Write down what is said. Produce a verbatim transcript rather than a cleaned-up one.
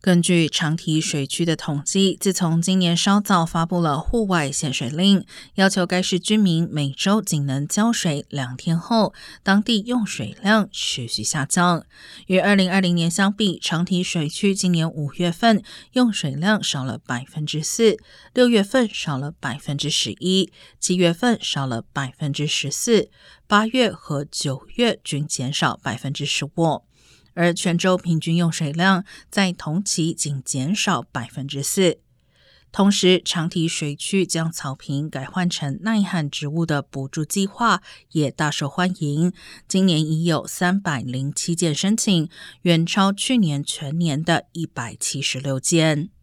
根据长堤水区的统计，自从今年稍早发布了户外限水令，要求该市居民每周仅能浇水两天后，当地用水量持续下降。与二零二零年相比，长堤水区今年五月份用水量少了百分之四，六月份少了百分之十一，七月份少了百分之十四，八月和九月均减少百分之十五。而全州平均用水量在同期仅减少百分之四。同时，长堤水区将草坪改换成耐旱植物的补助计划也大受欢迎，今年已有三百零七件申请，远超去年全年的一百七十六件。